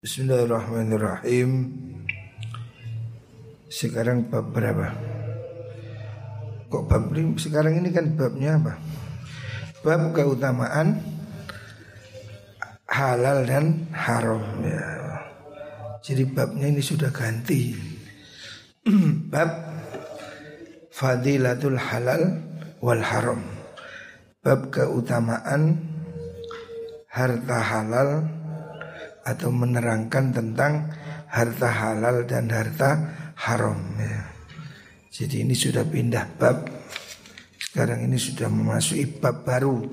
Bismillahirrahmanirrahim. Sekarang bab berapa? Kok bab ini? Sekarang ini kan babnya apa? Bab keutamaan halal dan haram ya. Jadi babnya ini sudah ganti. Bab fadilatul halal wal haram. Bab keutamaan harta halal atau menerangkan tentang harta halal dan harta haram ya. Jadi ini sudah pindah bab. Sekarang ini sudah memasuki bab baru.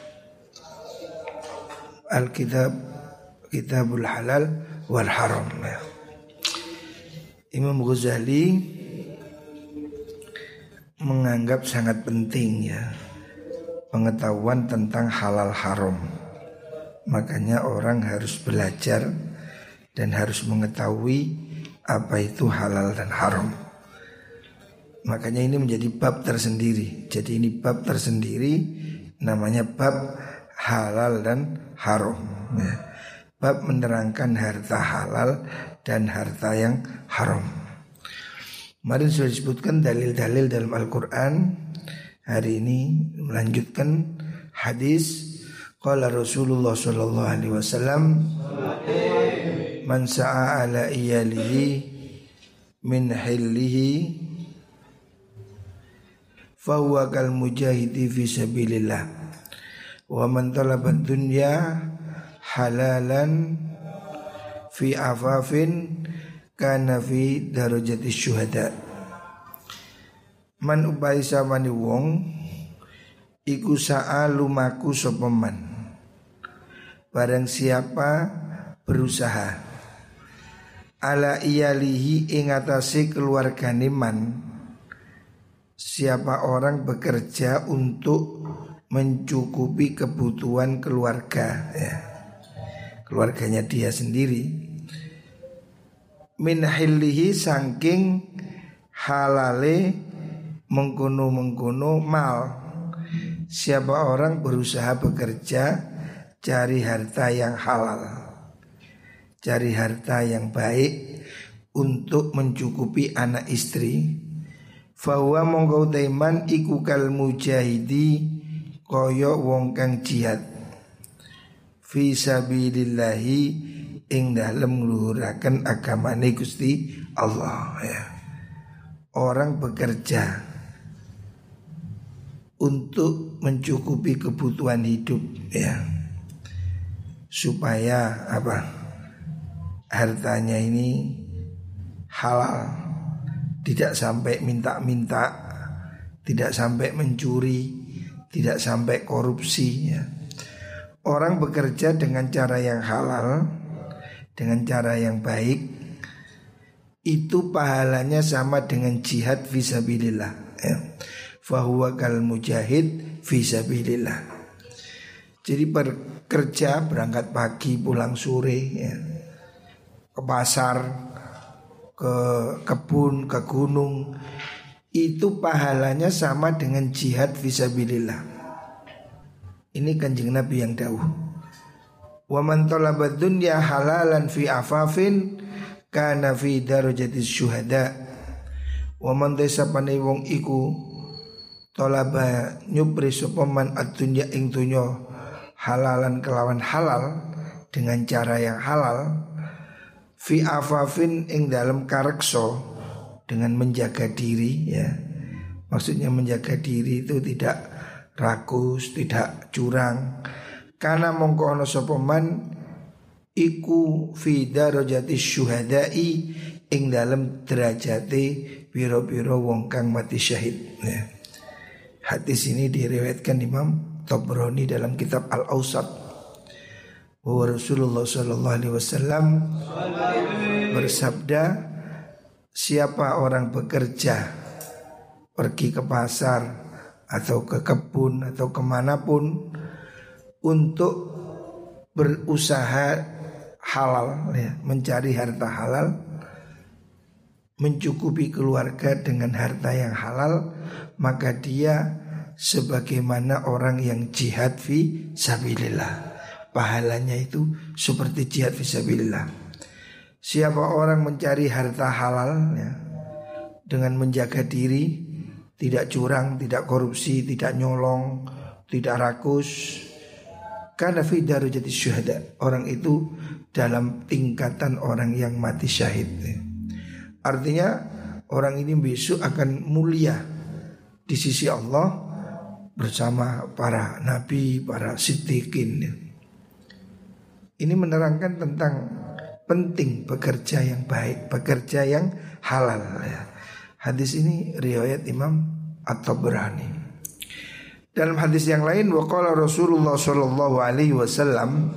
Kitabul halal wal haram ya. Imam Ghazali menganggap sangat penting ya pengetahuan tentang halal haram. Makanya orang harus belajar dan harus mengetahui apa itu halal dan haram. Makanya ini menjadi bab tersendiri. Jadi ini bab tersendiri namanya bab halal dan haram ya. Bab menerangkan harta halal dan harta yang haram. Kemarin sudah disebutkan dalil-dalil dalam Al-Quran. Hari ini melanjutkan hadis. Qala Rasulullah sallallahu alaihi wasallam, man sa'a ala iyalihi min hillihi fa huwa kal mujahidi fi sabilillah wa man talaba dunya halalan fi afafin kana fi darajati syuhada. Man upai samani wong iku sa'a lumaku sapa man. Barang siapa berusaha ala iyalihi ing atase keluargane man. Siapa orang bekerja untuk mencukupi kebutuhan keluarga ya. Keluarganya dia sendiri. Min hillihi saking halale mengkono-mengkono mal. Siapa orang berusaha bekerja cari harta yang halal, cari harta yang baik untuk mencukupi anak istri. Fahuwa mongko taiman iku kal mujahidi koyo wong kang jihad fi sabilillahi ing dalem ngluhuraken agamane Gusti Allah ya. Orang bekerja untuk mencukupi kebutuhan hidup ya, supaya apa? Hartanya ini halal, tidak sampai minta-minta, tidak sampai mencuri, tidak sampai korupsi ya. Orang bekerja dengan cara yang halal, dengan cara yang baik, itu pahalanya sama dengan jihad fisabilillah ya. Fahuwa kal mujahid fisabilillah. Jadi kerja berangkat pagi pulang sore ya. Ke pasar, ke kebun, ke gunung, itu pahalanya sama dengan jihad fisabilillah. Ini Kanjeng Nabi yang dawuh. Wa man talaba dunya halalan fi afafin kana fi darajatis syuhada. Wa man desapane wong iku talaba nyupri sapa man ad-dunya ing dunya halalan kelawan halal dengan cara yang halal fi afafin ing dalam karekso dengan menjaga diri ya. Maksudnya menjaga diri itu tidak rakus, tidak curang. Karena mongko ana sapa man iku fi darajati syuhada'i ing dalam derajate pira-pira wong kang mati syahid ya. Hadis ini diriwayatkan Imam Tabrani dalam kitab Al-Awsat. Bahwa Rasulullah sallallahu alaihi wasallam bersabda, siapa orang bekerja pergi ke pasar atau ke kebun atau kemanapun untuk berusaha halal ya, mencari harta halal, mencukupi keluarga dengan harta yang halal, maka dia sebagaimana orang yang jihad fi sabilillah. Pahalanya itu seperti jihad fi sabilillah. Siapa orang mencari harta halal ya, dengan menjaga diri, tidak curang, tidak korupsi, tidak nyolong, tidak rakus, karena fi darajati syuhada, orang itu dalam tingkatan orang yang mati syahid. Artinya orang ini besok akan mulia di sisi Allah bersama para nabi, para siddiqin. Ini menerangkan tentang penting bekerja yang baik, bekerja yang halal ya. Hadis ini riwayat Imam At-Tabrani. Dalam hadis yang lain, waqala Rasulullah sallallahu alaihi wasallam,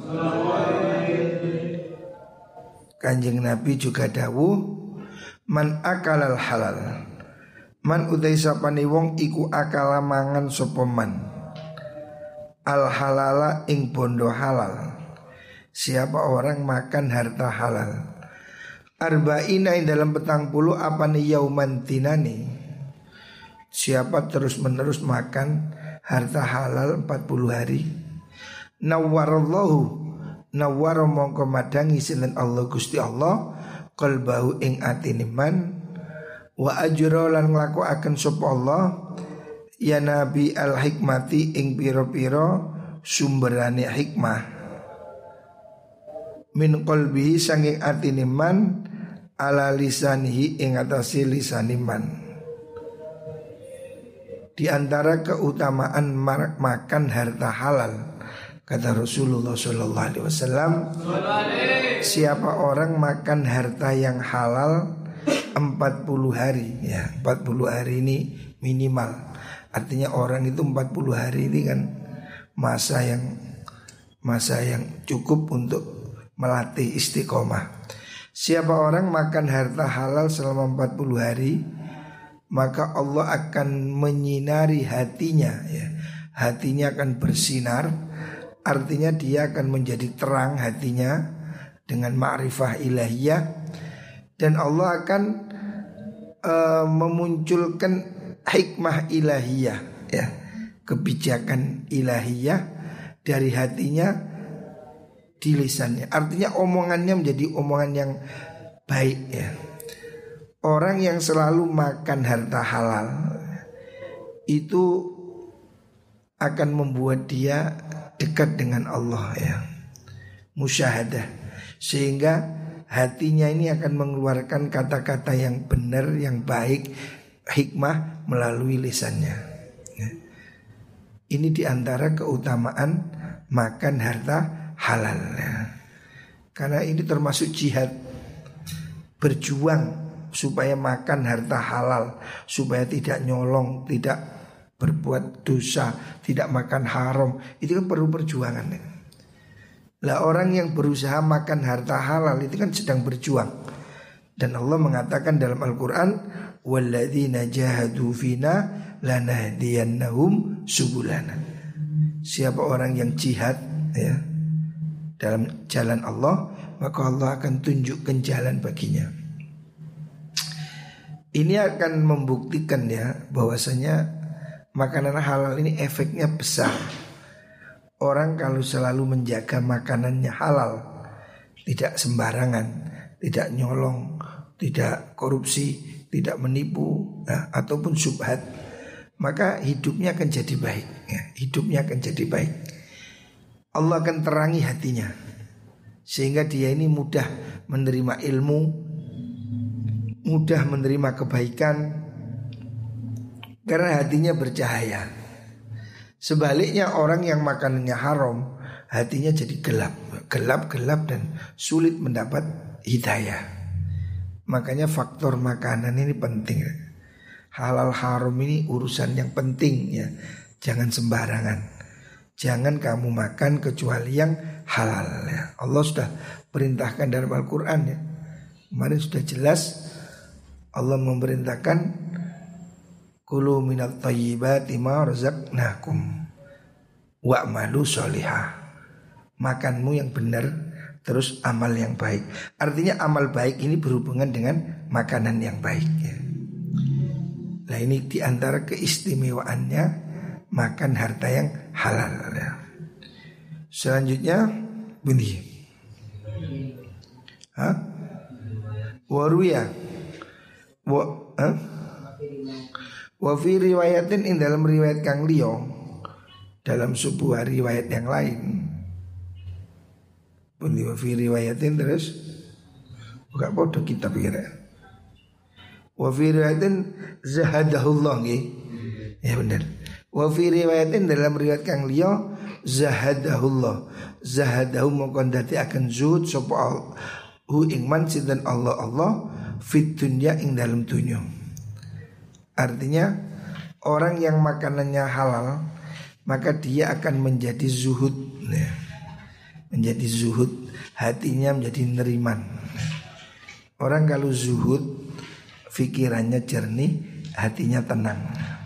Kanjeng Nabi juga dawuh, man akalal halal, man utai sapane wong iku akala mangan sapa man al halala ing bondo halal. Siapa orang makan harta halal, arba'ina ing dalam 40 apa nih yauman tinani. Siapa terus menerus makan harta halal 40 hari, nawwarallahu, nawwara mongko madangi sinten Allah Gusti Allah qalbahu ing atine man, wa ajra lan nglakoaken sapa Allah ya nabi al hikmati ing pira-pira sumberane hikmah, min qalbihi sanging atine man, ala lisanihi ing atase lisane man. Di antara keutamaan makan harta halal, kata Rasulullah sallallahu alaihi wasallam, siapa orang makan harta yang halal 40 hari ya, 40 hari ini minimal. Artinya orang itu 40 hari ini kan masa yang cukup untuk melatih istiqomah. Siapa orang makan harta halal selama 40 hari, maka Allah akan menyinari hatinya ya. Hatinya akan bersinar, artinya dia akan menjadi terang hatinya dengan ma'rifah ilahiyah, dan Allah akan memunculkan hikmah ilahiyah ya, kebijakan ilahiyah dari hatinya di lisannya. Artinya omongannya menjadi omongan yang baik ya. Orang yang selalu makan harta halal itu akan membuat dia dekat dengan Allah ya, musyahadah, sehingga hatinya ini akan mengeluarkan kata-kata yang benar, yang baik, hikmah melalui lisannya ya. Ini diantara keutamaan makan harta halal ya. Karena ini termasuk jihad, berjuang supaya makan harta halal, supaya tidak nyolong, tidak berbuat dosa, tidak makan haram. Itu kan perlu perjuangan ya. Lah orang yang berusaha makan harta halal itu kan sedang berjuang. Dan Allah mengatakan dalam Al-Quran, walladzina jahadu fina lanahdiyannahum subulana. Siapa orang yang jihad ya dalam jalan Allah, maka Allah akan tunjukkan jalan baginya. Ini akan membuktikan ya bahwasanya makanan halal ini efeknya besar. Orang kalau selalu menjaga makanannya halal, tidak sembarangan, tidak nyolong, tidak korupsi, tidak menipu ataupun syubhat, maka hidupnya akan jadi baik ya. Hidupnya akan jadi baik. Allah akan terangi hatinya, sehingga dia ini mudah menerima ilmu, mudah menerima kebaikan, karena hatinya bercahaya. Sebaliknya orang yang makanannya haram, hatinya jadi gelap dan sulit mendapat hidayah. Makanya faktor makanan ini penting. Halal haram ini urusan yang penting ya. Jangan sembarangan. Jangan kamu makan kecuali yang halal ya. Allah sudah perintahkan dalam Al-Quran ya. Kemarin sudah jelas Allah memerintahkan kulu minat thayyibati ma razaqnakum wa'malu sholihah. Makanmu yang benar, terus amal yang baik. Artinya amal baik ini berhubungan dengan makanan yang baik ya. Nah ini diantara keistimewaannya makan harta yang halal ya. Selanjutnya bunyi Waruya wa fi riwayatin ing dalam riwayat kang liya, dalam sebuah riwayat yang lain. Pun wa fi riwayatin terus buka podo kitab kira. Wa fi riwayatin zahadahullah nggih. Ya benar. Wa fi riwayatin dalam riwayat kang liya zahadahullah. Zahadahu mongko ndadekaken zuhud sapa hu ing man sinten Allah fit dunya ing dalam dunya. Artinya orang yang makanannya halal maka dia akan menjadi zuhud ya. Menjadi zuhud, hatinya menjadi neriman. Orang kalau zuhud pikirannya jernih, hatinya tenang.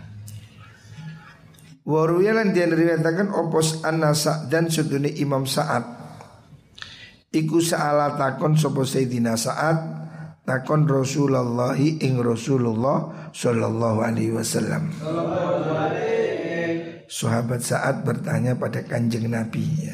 Waruyalan dia diriwayatkan opos an-Nasa dan sedune Imam Sa'ad iku sa'ala takon sapa Sayyidina Sa'ad takon Rasulullah ing Rasulullah sallallahu alaihi wasallam. Sahabat Sa'ad bertanya pada Kanjeng Nabi ya.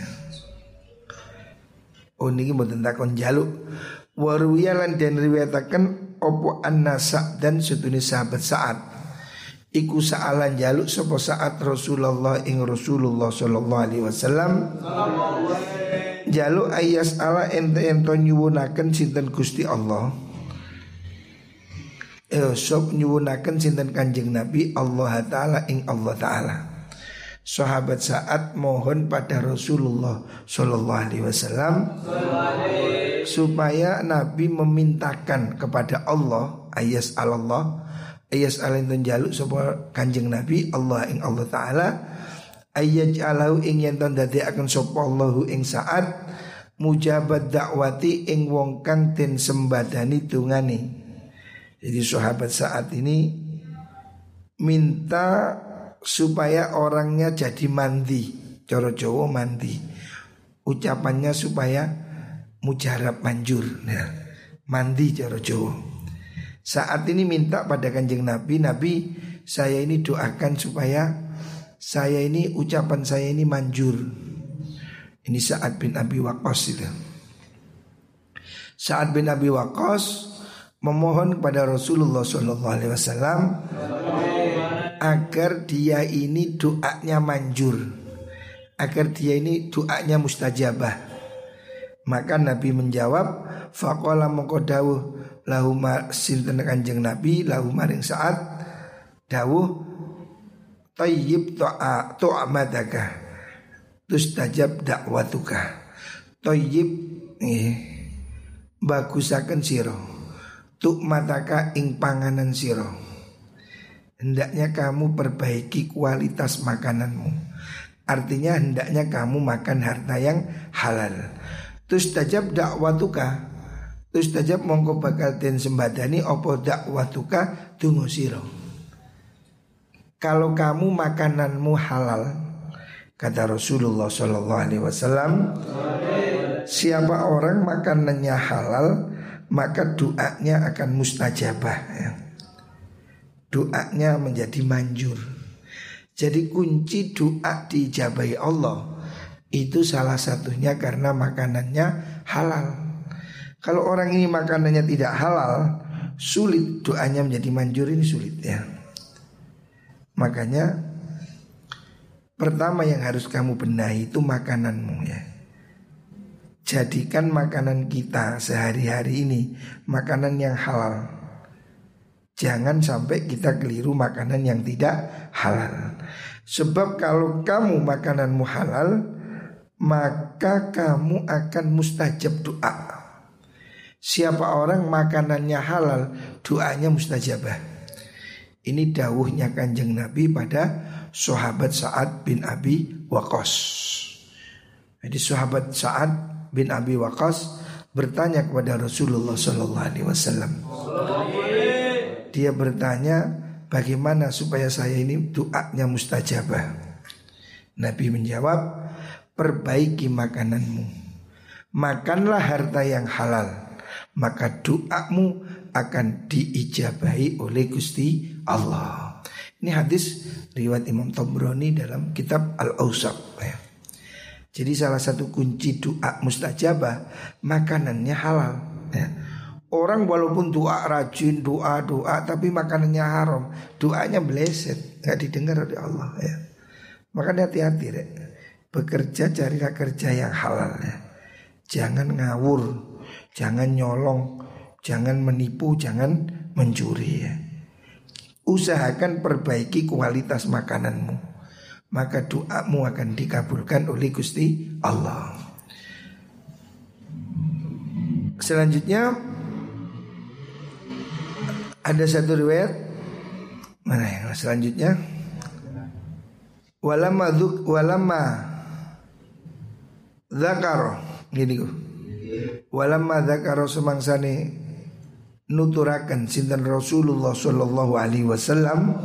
Oh niki mboten takon jaluk. Waruyalan dan riwayataken opo an-Nasa dan sedune sahabat Sa'ad iku sa'alan jaluk sapa Sa'ad Rasulullah ing Rasulullah sallallahu alaihi wasallam jaluk ayas ala ente nyuwunaken sinten Gusti Allah. Sok nyuwunaken sinten Kanjeng Nabi Allah taala ing Allah taala. Sahabat Sa'ad mohon pada Rasulullah sallallahu alaihi wasallam supaya Nabi memintakan kepada Allah ayas Allah ayas alentun jaluk sapa Kanjeng Nabi Allah ing Allah taala ayat alau ing yen ndadekaken sapa Allahu ing Sa'ad mujabat dakwati ing wong kang den sembadani dungane. Jadi sahabat Sa'ad ini minta supaya orangnya jadi mandi, cara Jawa mandi. Ucapannya supaya mujarab manjur. Nah, mandi cara Jawa. Saat ini minta pada Kanjeng Nabi, Nabi saya ini doakan supaya saya ini ucapan saya ini manjur. Ini Sa'ad bin Abi Waqqas itu. Sa'ad bin Abi Waqqas memohon kepada Rasulullah SAW agar dia ini doanya manjur, agar dia ini doanya mustajabah. Maka Nabi menjawab, faqala mongko dawuh lahuma sinten Kanjeng Nabi lahu maring Sa'ad dawuh tayyib tu'amadaka tustajab dakwatuka. Tayyib bagusaken sira tu'mataka ing panganan sira. Hendaknya kamu perbaiki kualitas makananmu. Artinya hendaknya kamu makan harta yang halal. Tustajab dakwatuka, tustajab mongko bakal den sembadani opo dakwatuka dungo sira. Kalau kamu makananmu halal, kata Rasulullah SAW, siapa orang makanannya halal maka doanya akan mustajabah ya. Doanya menjadi manjur. Jadi kunci doa diijabahi Allah itu salah satunya karena makanannya halal. Kalau orang ini makanannya tidak halal, sulit doanya menjadi manjur, ini sulit ya. Makanya pertama yang harus kamu benahi itu makananmu ya. Jadikan makanan kita sehari-hari ini makanan yang halal. Jangan sampai kita keliru makanan yang tidak halal. Sebab kalau kamu makananmu halal, maka kamu akan mustajab doa. Siapa orang makanannya halal, doanya mustajabah. Ini dawuhnya Kanjeng Nabi pada sahabat Sa'ad bin Abi Waqqas. Jadi sahabat Sa'ad bin Abi Waqqas bertanya kepada Rasulullah SAW. Dia bertanya, bagaimana supaya saya ini doanya mustajabah? Nabi menjawab, perbaiki makananmu, makanlah harta yang halal, maka doamu akan diijabahi oleh Gusti Allah. Ini hadis riwayat Imam Tabrani dalam kitab Al-Awsat ya. Jadi salah satu kunci doa mustajabah makanannya halal ya. Orang walaupun doa rajin, doa tapi makanannya haram, doanya meleset, nggak didengar oleh Allah ya. Makanya hati-hati Rek. Bekerja carilah kerja yang halal ya. Jangan ngawur, jangan nyolong, jangan menipu, jangan mencuri ya. Usahakan perbaiki kualitas makananmu, maka doamu akan dikabulkan oleh Gusti Allah. Selanjutnya ada satu riwayat, mana yang selanjutnya? Walamma dzakara gini ku. Walamma dzakara semangsane nuturaken sinten Rasulullah sallallahu alaihi wasallam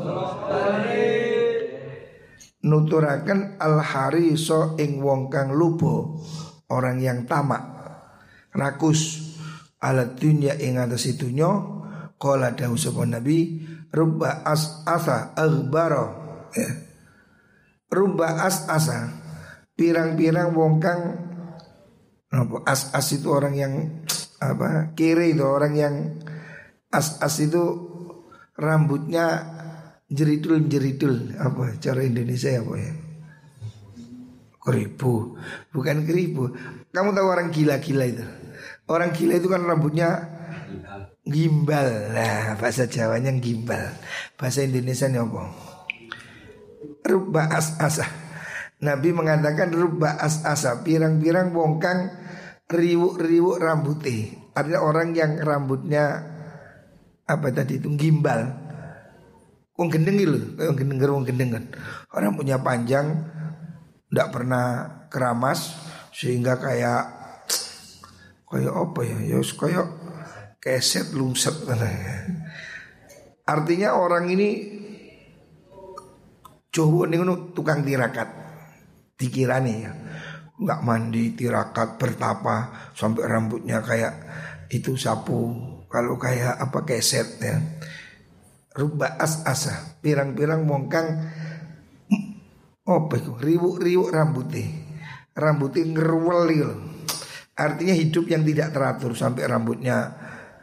nuturaken al-hariso ing wong kang lubo, orang yang tamak, rakus ala dunya ing atas dunya. Qala dawu sapa Nabi, rubba as'asa aghbara ya. Rubba as'asa, pirang-pirang wong kang as itu orang yang kiri itu orang yang as itu rambutnya jeridul apa cara Indonesia apa ya? Keribu, bukan keribu. Kamu tahu orang gila-gila itu? Orang gila itu kan rambutnya gimbal. Nah, bahasa Jawanya gimbal. Bahasa Indonesia ini apa? Rubba as'asa. Nabi mengatakan rubba as'asa, pirang-pirang wong kang riwuk-riwuk rambutnya. Artinya orang yang rambutnya apa tadi itu gimbal. Wong gendeng lho, wong gendeng kan. Orang punya panjang, enggak pernah keramas sehingga kayak apa ya? Ya kayak keset lungset. Artinya orang ini Jawa ini tukang tirakat, dikirani ya, nggak mandi tirakat bertapa sampai rambutnya kayak itu sapu, kalau kayak apa keset ya. Rubba as'asa, pirang-pirang mongkang apa itu riwuk-riwuk rambutnya ngeruwel gitu. Artinya hidup yang tidak teratur sampai rambutnya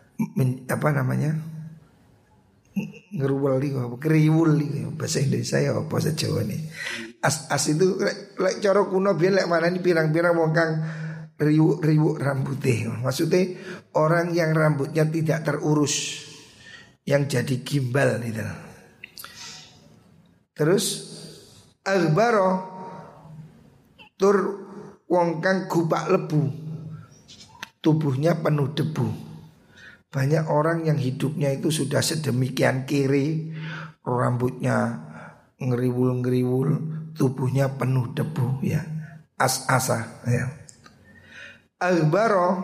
ngeruwel apa kriwul bahasa Indonesia ya apa bahasa Jawa nih. As itu lek cara kuno biyen lek mana ini pirang-pirang wong kang riwuk rambutnya. Maksudnya orang yang rambutnya tidak terurus, yang jadi gimbal gitu. Terus aghbaro tur wong kang gupak lebu, tubuhnya penuh debu. Banyak orang yang hidupnya itu sudah sedemikian kiri, rambutnya ngeriwul-ngeriwul, tubuhnya penuh debu ya. As-asa ya. Aghbaro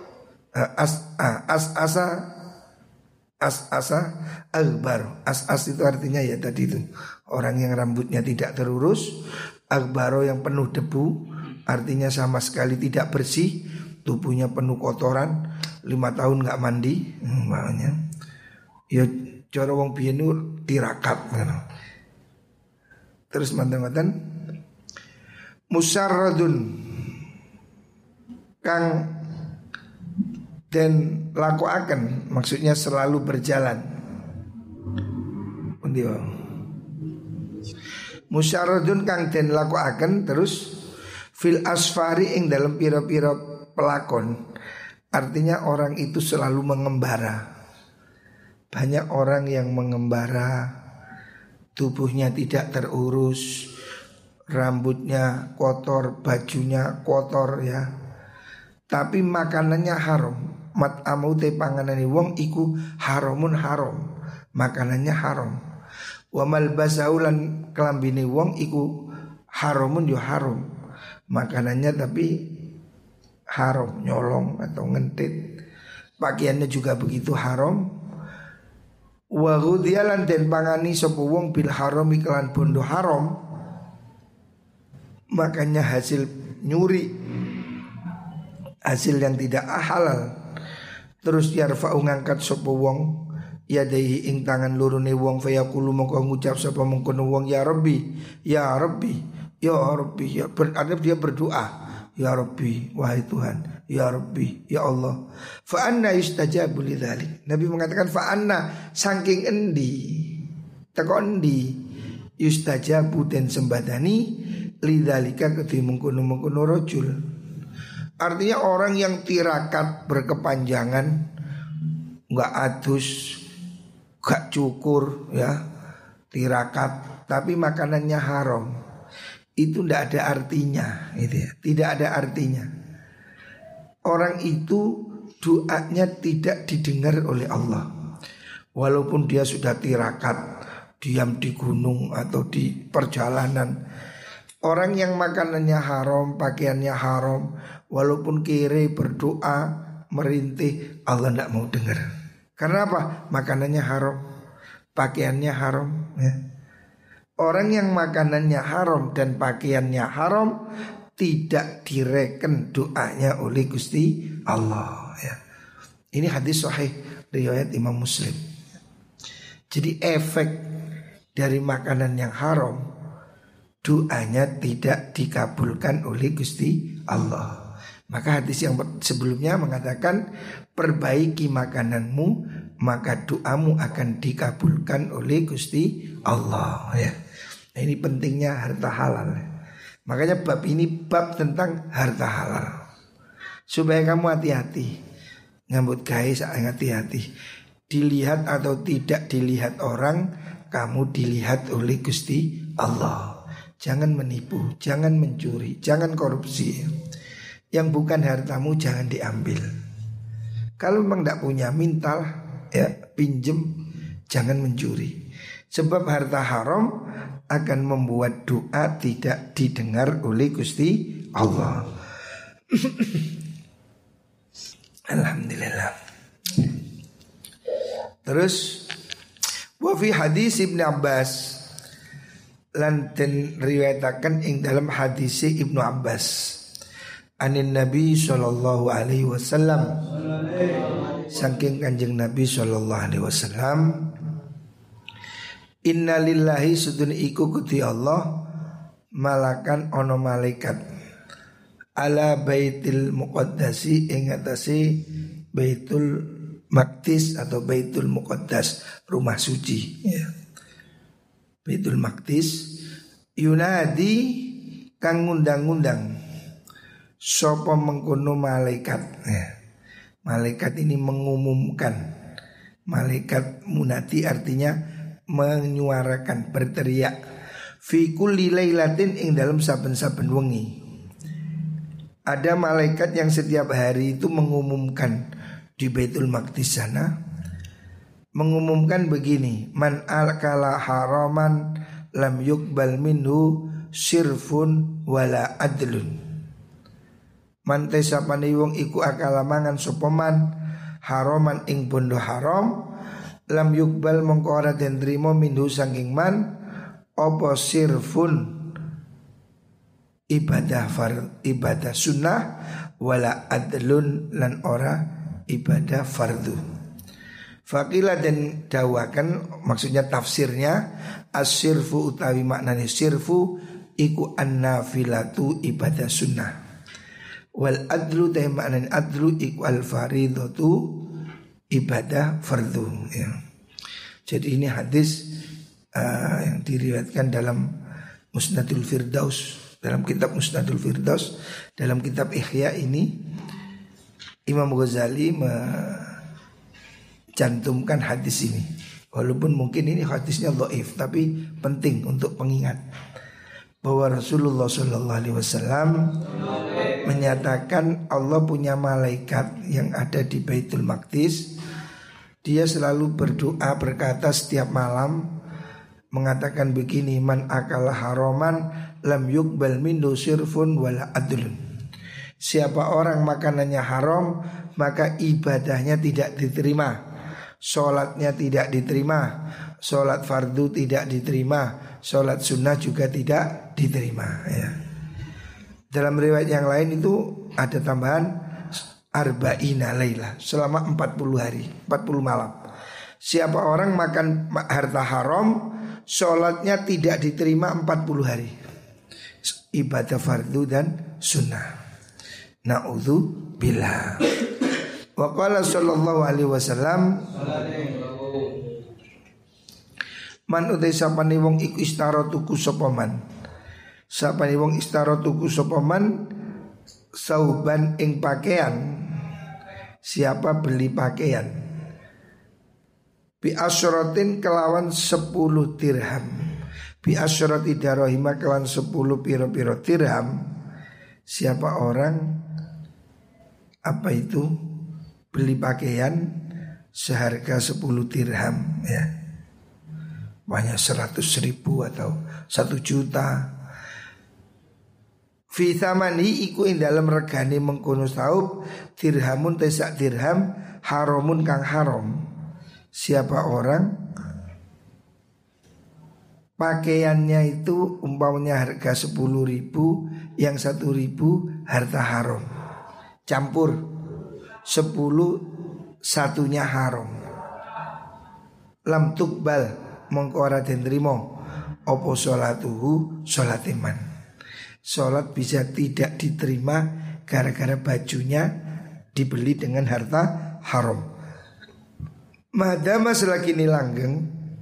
as-asa aghbaro. As-as itu artinya ya tadi itu orang yang rambutnya tidak terurus. Aghbaro yang penuh debu, artinya sama sekali tidak bersih, tubuhnya penuh kotoran, 5 tahun nggak mandi, makanya ya cara wong biyen tirakat kan. Terus mantan-mantan musarradun kang dan lakuaken, maksudnya selalu berjalan. Musarradun kang den lakuaken terus fil asfari ing dalam pira-pira pelakon. Artinya orang itu selalu mengembara. Banyak orang yang mengembara, tubuhnya tidak terurus, rambutnya kotor, bajunya kotor ya. Tapi makanannya haram. Mat'amu te panganane wong iku haramun haram. Makanannya haram. Wa malbasaulan kelambine wong iku haramun yo haram. Makanannya tapi haram, nyolong atau ngentit. Pakaiannya juga begitu haram. Wa ghudhiyalan den pangani sapa wong bil haram iklan bondo haram. Makanya hasil nyuri, hasil yang tidak halal. Terus yarfa'u ngangkat sapa wong yadaihi ing tangan lurune wong fayaqulu mongko ngucap sapa mengkono wong ya Rabbi, ya Rabbi, ya Rabbi, ya berarti dia berdoa, ya Rabbi, wahai Tuhan, ya Rabbi, ya Allah. Fa anna yustajabu lidzalik. Nabi mengatakan fa anna, saking endi, teko endi yustajabu den sembadani lidzalika kedhi mengkono-mengkono rajul. Artinya orang yang tirakat berkepanjangan, enggak adus, enggak cukur ya, tirakat tapi makanannya haram, itu tidak ada artinya, gitu ya. Tidak ada artinya. Orang itu doanya tidak didengar oleh Allah. Walaupun dia sudah tirakat, diam di gunung atau di perjalanan. Orang yang makanannya haram, pakaiannya haram, walaupun kere berdoa, merintih, Allah tidak mau dengar. Karena apa? Makanannya haram, pakaiannya haram ya. Orang yang makanannya haram dan pakaiannya haram tidak direken doanya oleh Gusti Allah ya. Ini hadis sahih riwayat Imam Muslim. Jadi efek dari makanan yang haram, doanya tidak dikabulkan oleh Gusti Allah. Maka hadis yang sebelumnya mengatakan perbaiki makananmu, maka doamu akan dikabulkan oleh Gusti Allah ya. Nah, ini pentingnya harta halal. Makanya bab ini bab tentang harta halal. Supaya kamu hati-hati, ngambut gawe sangat hati-hati. Dilihat atau tidak dilihat orang, kamu dilihat oleh Gusti Allah. Jangan menipu, jangan mencuri, jangan korupsi. Yang bukan hartamu jangan diambil. Kalau memang tidak punya, mintalah ya, pinjem, jangan mencuri. Sebab harta haram akan membuat doa tidak didengar oleh Gusti Allah. Alhamdulillah. Terus wa fi hadis Ibnu Abbas, lan den riwayataken ing dalam hadis Ibnu Abbas anin Nabi sallallahu alaihi wasallam, saking Kanjeng Nabi sallallahu alaihi wasallam, inna lillahi sudun iku kuti Allah malakan ono malaikat ala baitil muqaddasi ing atase baitul maqdis atau baitul muqaddas, rumah suci ya. Baitul maqdis yunadi kang ngundang-undang sapa mengkono malaikat ya. Malaikat ini mengumumkan. Malaikat munadi artinya menyuarakan, berteriak. Fi kulli lailatin ing dalam saben-saben wengi. Ada malaikat yang setiap hari itu mengumumkan di Baitul Maqdis sana, mengumumkan begini, man alkala haraman lam yuqbal minhu sirfun wala adlun. Man tesapane wong iku akala mangan sapa man haraman ing bondo haram, lam yuqbal mongko ora den trima minhu saking man apa sirfun ibadah sunnah wala adlun lan ora ibadah fardu. Faqila dan dawakan, maksudnya tafsirnya as-sirfu utawi maknane sirfu iku an-nafilatu ibadah sunnah, wal adlu teh maknane adlu iku al-faridatu ibadah fardu ya. Jadi ini hadis yang diriwayatkan dalam Musnadul Firdaus, dalam kitab Musnadul Firdaus, dalam kitab Ihya ini Imam Ghazali cantumkan hadis ini. Walaupun mungkin ini hadisnya dhaif, tapi penting untuk pengingat bahwa Rasulullah SAW menyatakan Allah punya malaikat yang ada di Baitul Maqdis. Dia selalu berdoa, berkata setiap malam, mengatakan begini, man akala haraman lam yuqbal minhu sirfun wala adlun. Siapa orang makanannya haram, maka ibadahnya tidak diterima, sholatnya tidak diterima, sholat fardu tidak diterima, sholat sunnah juga tidak diterima ya. Dalam riwayat yang lain itu ada tambahan arba'ina laila, selama 40 hari, 40 malam. Siapa orang makan harta haram, sholatnya tidak diterima 40 hari, ibadah fardu dan sunnah. Na'udzubillah. Wa qala sallallahu alaihi wasallam, man utai sapane wong iku istara tuku sapa man. Sapane wong istara tuku sapa man sauban ing pakaian. Siapa beli pakaian bi asyratin kelawan 10 dirham. Bi asyrati darahima kelawan 10 piro-piro dirham. Siapa orang apa itu beli pakaian seharga 10 dirham ya, banyak 100.000 atau 1 juta. Fi thamani iku ing dalam regane mengkono saub dirhamun tesak dirham haramun kang haram. Siapa orang pakaiannya itu umpamanya harga 10.000, yang 1.000 harta haram, campur 10 satunya haram, lam tukbal mongko ora den trimo opo sholatuhu sholat iman. Sholat bisa tidak diterima gara-gara bajunya dibeli dengan harta haram. Madama selagi ini langgeng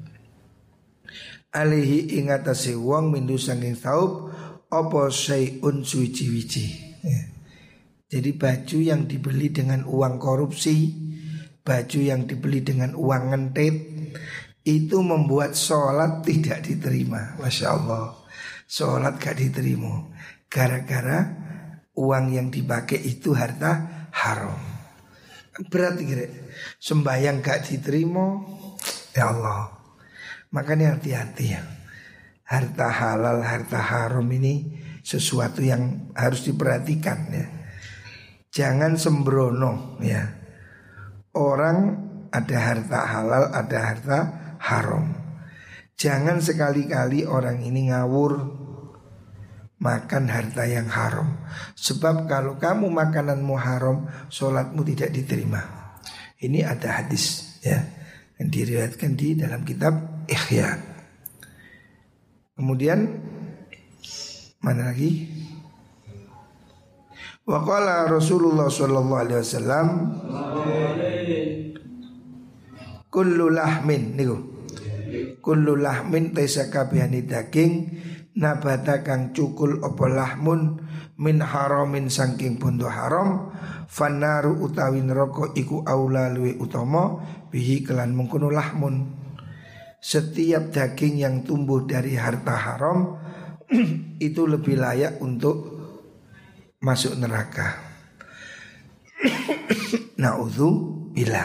alihi ingatasi wong mindu sanging saub opo syai'un suci-wici ya. Jadi baju yang dibeli dengan uang korupsi, baju yang dibeli dengan uang ngentit, itu membuat sholat tidak diterima. Masya Allah, sholat gak diterima gara-gara uang yang dipakai itu harta haram. Berat kira, sembahyang gak diterima. Ya Allah, makanya hati-hati ya. Harta halal, harta haram ini sesuatu yang harus diperhatikan ya. Jangan sembrono ya. Orang ada harta halal, ada harta haram. Jangan sekali-kali orang ini ngawur makan harta yang haram. Sebab kalau kamu makananmu haram, sholatmu tidak diterima. Ini ada hadis ya, yang diriwayatkan di dalam kitab Ihya. Kemudian mana lagi? Wa qala Rasulullah sallallahu alaihi wasallam, kullu lahmin niku. Kullu lahmin taisa kabehane daging nabata kang cukul apa lahmun min haramin saking bondo haram fanaru utawi neraka iku aula luwe utama bihi kelan mengkono lahmun. Setiap daging yang tumbuh dari harta haram itu lebih layak untuk masuk neraka. Na'udzubillah.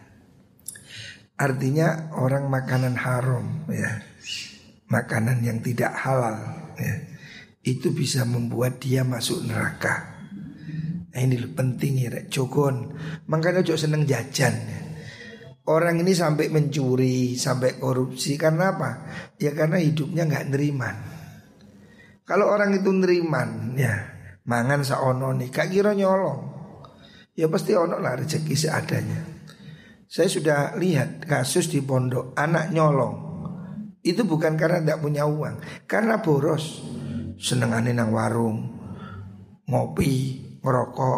Artinya orang makanan haram ya, makanan yang tidak halal ya, itu bisa membuat dia masuk neraka. Nah ini penting ya rek jogon. Makanya ojo seneng jajan ya. Orang ini sampai mencuri, sampai korupsi karena apa? Ya karena hidupnya gak neriman. Kalau orang itu neriman ya, mangan saono nih, gak kira nyolong, ya pasti ono lah rezeki seadanya. Saya sudah lihat kasus di pondok, anak nyolong. Itu bukan karena tidak punya uang, karena boros. Senengane nang warung, ngopi, ngerokok,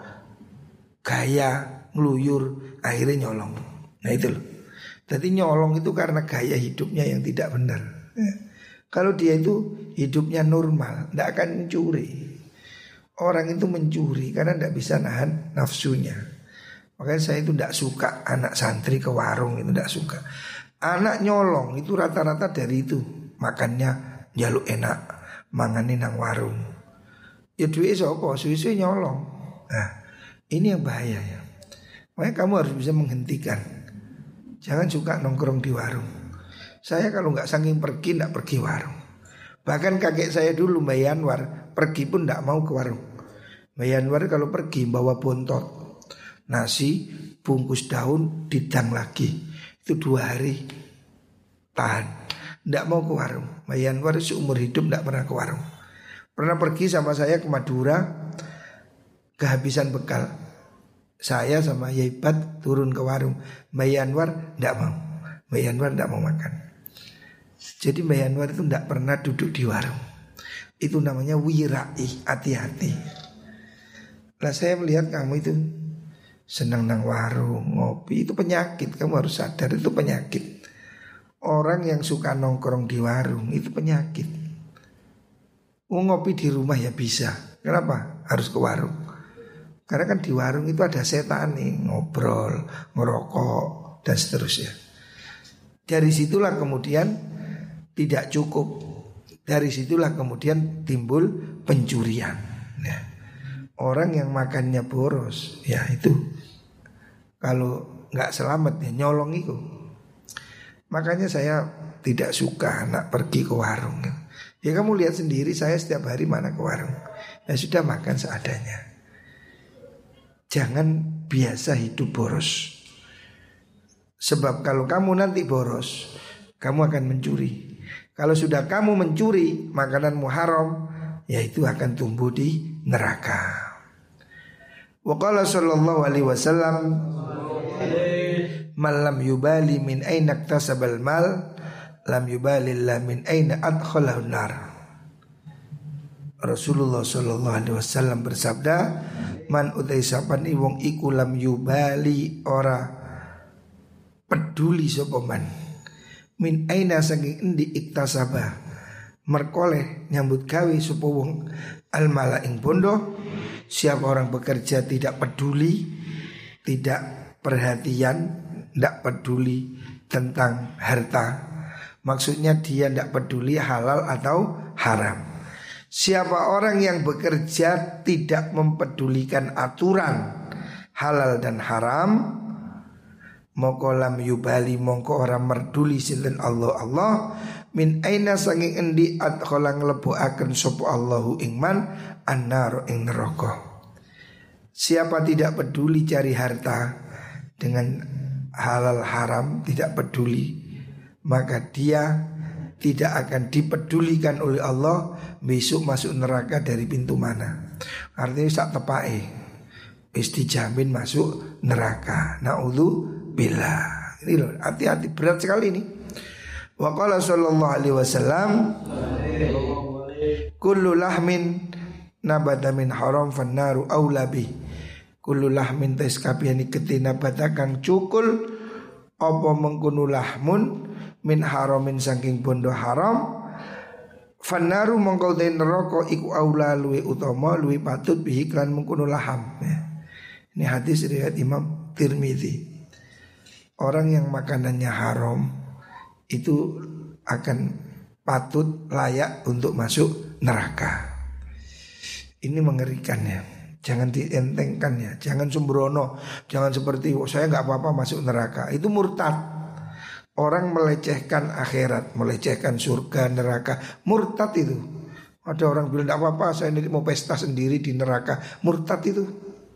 gaya, ngeluyur, akhirnya nyolong. Nah itu loh. Jadi nyolong itu karena gaya hidupnya yang tidak benar. Kalau dia itu hidupnya normal, tidak akan mencuri. Orang itu mencuri karena tidak bisa nahan nafsunya. Makanya saya itu tidak suka anak santri ke warung, itu tidak suka. Anak nyolong itu rata-rata dari itu, makannya jaluk enak, mangane nang warung. Ya duit sapa, suwe-suwe nyolong. Nah, ini yang bahaya ya. Makanya kamu harus bisa menghentikan. Jangan suka nongkrong di warung. Saya kalau nggak saking pergi, nggak pergi warung. Bahkan kakek saya dulu Mbak Yanwar pergi pun nggak mau ke warung. Mbak Yanwar kalau pergi bawa bontot, nasi, bungkus daun, didang lagi. Itu 2 hari tahan, nggak mau ke warung. Mbak Yanwar seumur hidup nggak pernah ke warung. Pernah pergi sama saya ke Madura, kehabisan bekal. Saya sama Yaibat turun ke warung. Mbak Yanwar tidak mau. Mbak Yanwar tidak mau makan. Jadi Mbak Yanwar itu tidak pernah duduk di warung. Itu namanya wirai, hati-hati. Lah saya melihat kamu itu senang nang warung, ngopi, itu penyakit. Kamu harus sadar itu penyakit. Orang yang suka nongkrong di warung itu penyakit. Ngopi di rumah ya bisa. Kenapa harus ke warung? Karena kan di warung itu ada setan nih, ngobrol, ngerokok dan seterusnya. Dari situlah kemudian tidak cukup. Dari situlah kemudian timbul pencurian. Ya. Orang yang makannya boros, ya itu kalau nggak selamat ya nyolong itu. Makanya saya tidak suka anak pergi ke warung. Ya kamu lihat sendiri, saya setiap hari mana ke warung. Ya sudah, makan seadanya. Jangan biasa hidup boros. Sebab kalau kamu nanti boros, kamu akan mencuri. Kalau sudah kamu mencuri makananmu haram, ya itu akan tumbuh di neraka. Wa qala sallallahu alaihi wasallam, man lam yubali min aina iktasabal mal, lam yubali la min aina adkhalahu nar. Rasulullah sallallahu alaihi wasallam bersabda, man utai sapan wong iku lam yubali ora peduli sapa man min aina saking endi iktasaba merkoleh nyambut gawe sapa wong al mala ing bondo. Siapa orang bekerja tidak peduli, tidak perhatian, tidak peduli tentang harta, maksudnya dia tidak peduli halal atau haram. Siapa orang yang bekerja tidak mempedulikan aturan halal dan haram, moko lam yubali mongko orang merduli sinten Allah min aina sanging endi adkhala nglebokaken sapa Allahu ingman annar ing neraka. Siapa tidak peduli cari harta dengan halal haram, tidak peduli, maka dia tidak akan dipedulikan oleh Allah, besok masuk neraka dari pintu mana. Artinya sak tepake wis dijamin masuk neraka. Naudzubillah. Ini loh, hati-hati, berat sekali ini. Wa qala sallallahu alaihi wasallam, kullu lahmin nabata min haram fannaru aula bi. Kullu lahmin tes kabehane kete nabata kang cukul apa mengkono lahmun min haramin saking bondo haram, fannaru mongko den neraka iku aula luwe utama luwe patut bihi kan mengkono laham. Ini hadis riwayat Imam Tirmidzi. Orang yang makanannya haram itu akan patut layak untuk masuk neraka. Ini mengerikan ya. Jangan dientengkan ya. Jangan sembrono. Jangan seperti saya nggak apa-apa masuk neraka. Itu murtad. Orang melecehkan akhirat, melecehkan surga, neraka, murtad itu. Ada orang bilang tidak apa-apa, saya ini mau pesta sendiri di neraka, murtad itu.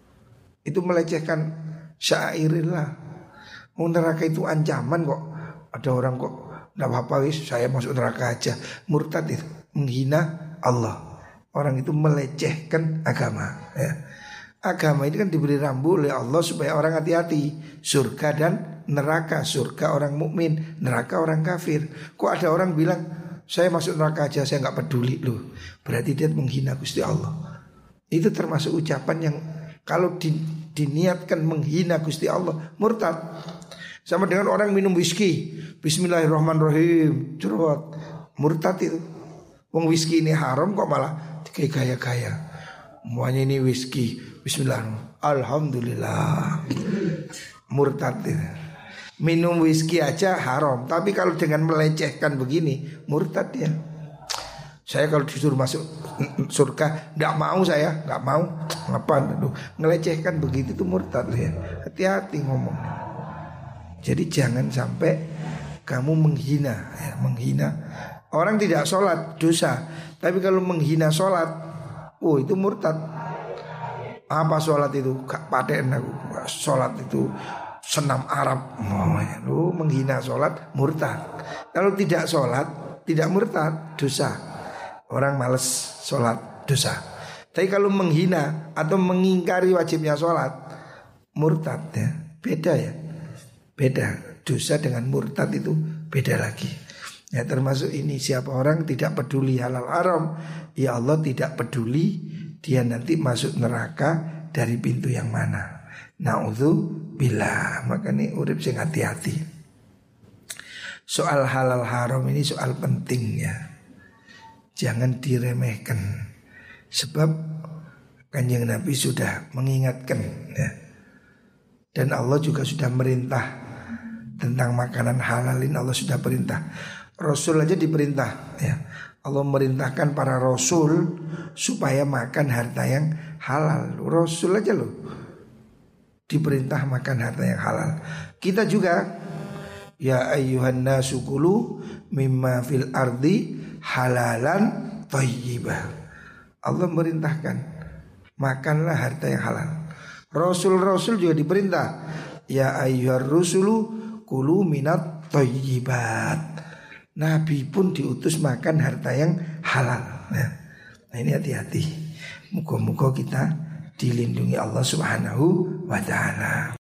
Itu melecehkan syairillah. Neraka itu ancaman kok. Ada orang kok tidak apa-apa wis, saya masuk neraka aja. Murtad itu menghina Allah. Orang itu melecehkan agama ya. Agama ini kan diberi rambu oleh Allah supaya orang hati-hati. Surga dan neraka, surga orang mukmin, neraka orang kafir. Kok ada orang bilang saya masuk neraka aja, saya nggak peduli loh. Berarti dia menghina Gusti Allah. Itu termasuk ucapan yang kalau diniatkan menghina Gusti Allah, murtad. Sama dengan orang minum whisky, bismillahirrahmanirrahim, curhat, murtad itu. Wong whisky ini haram kok malah kayak gaya-gaya. Semuanya ini whisky, bismillah, alhamdulillah. Murtad itu. Minum whisky aja haram, tapi kalau dengan melecehkan begini, murtad dia. Saya kalau disuruh masuk surga, tidak mau saya, nggak mau. Ngapain? Ngelecehkan begitu tuh murtad ya. Hati-hati ngomong. Jadi jangan sampai kamu menghina, ya, menghina. Orang tidak sholat dosa, tapi kalau menghina sholat, oh itu murtad. Apa sholat itu? Gak paten aku. Sholat itu senam Arab. Lu menghina sholat murtad. Kalau tidak sholat tidak murtad, dosa. Orang males sholat dosa. Tapi kalau menghina atau mengingkari wajibnya sholat, murtad ya. Beda ya. Beda. Dosa dengan murtad itu beda lagi. Ya termasuk ini, siapa orang tidak peduli halal haram, ya Allah tidak peduli, dia nanti masuk neraka dari pintu yang mana. Na'udzubillah. Maka ini urip sing hati-hati. Soal halal haram ini soal penting ya. Jangan diremehkan. Sebab Kanjeng Nabi sudah mengingatkan ya. Dan Allah juga sudah merintah tentang makanan halal ini. Allah sudah perintah. Rasul aja diperintah ya. Allah merintahkan para rasul supaya makan harta yang halal. Rasul aja loh diperintah makan harta yang halal. Kita juga, ya ayyuhan nasu kulu mimma fil ardi halalan thayyibah. Allah merintahkan makanlah harta yang halal. Rasul-rasul juga diperintah, ya ayyuhar rusulu kulu minat thayyibat. Nabi pun diutus makan harta yang halal. Nah ini hati-hati. Moga-moga kita dilindungi Allah Subhanahu wa ta'ala.